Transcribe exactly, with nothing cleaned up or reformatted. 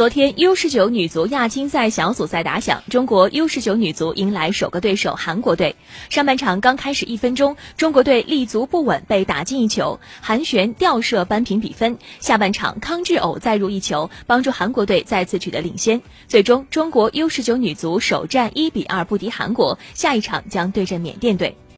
昨天 U 十九 女足亚青赛小组赛打响，中国 U 十九 女足迎来首个对手韩国队。上半场刚开始一分钟，中国队立足不稳，被打进一球，韩璇吊射扳平比分。下半场康智偶再入一球，帮助韩国队再次取得领先。最终，中国 U 十九 女足首战一比二不敌韩国，下一场将对阵缅甸队。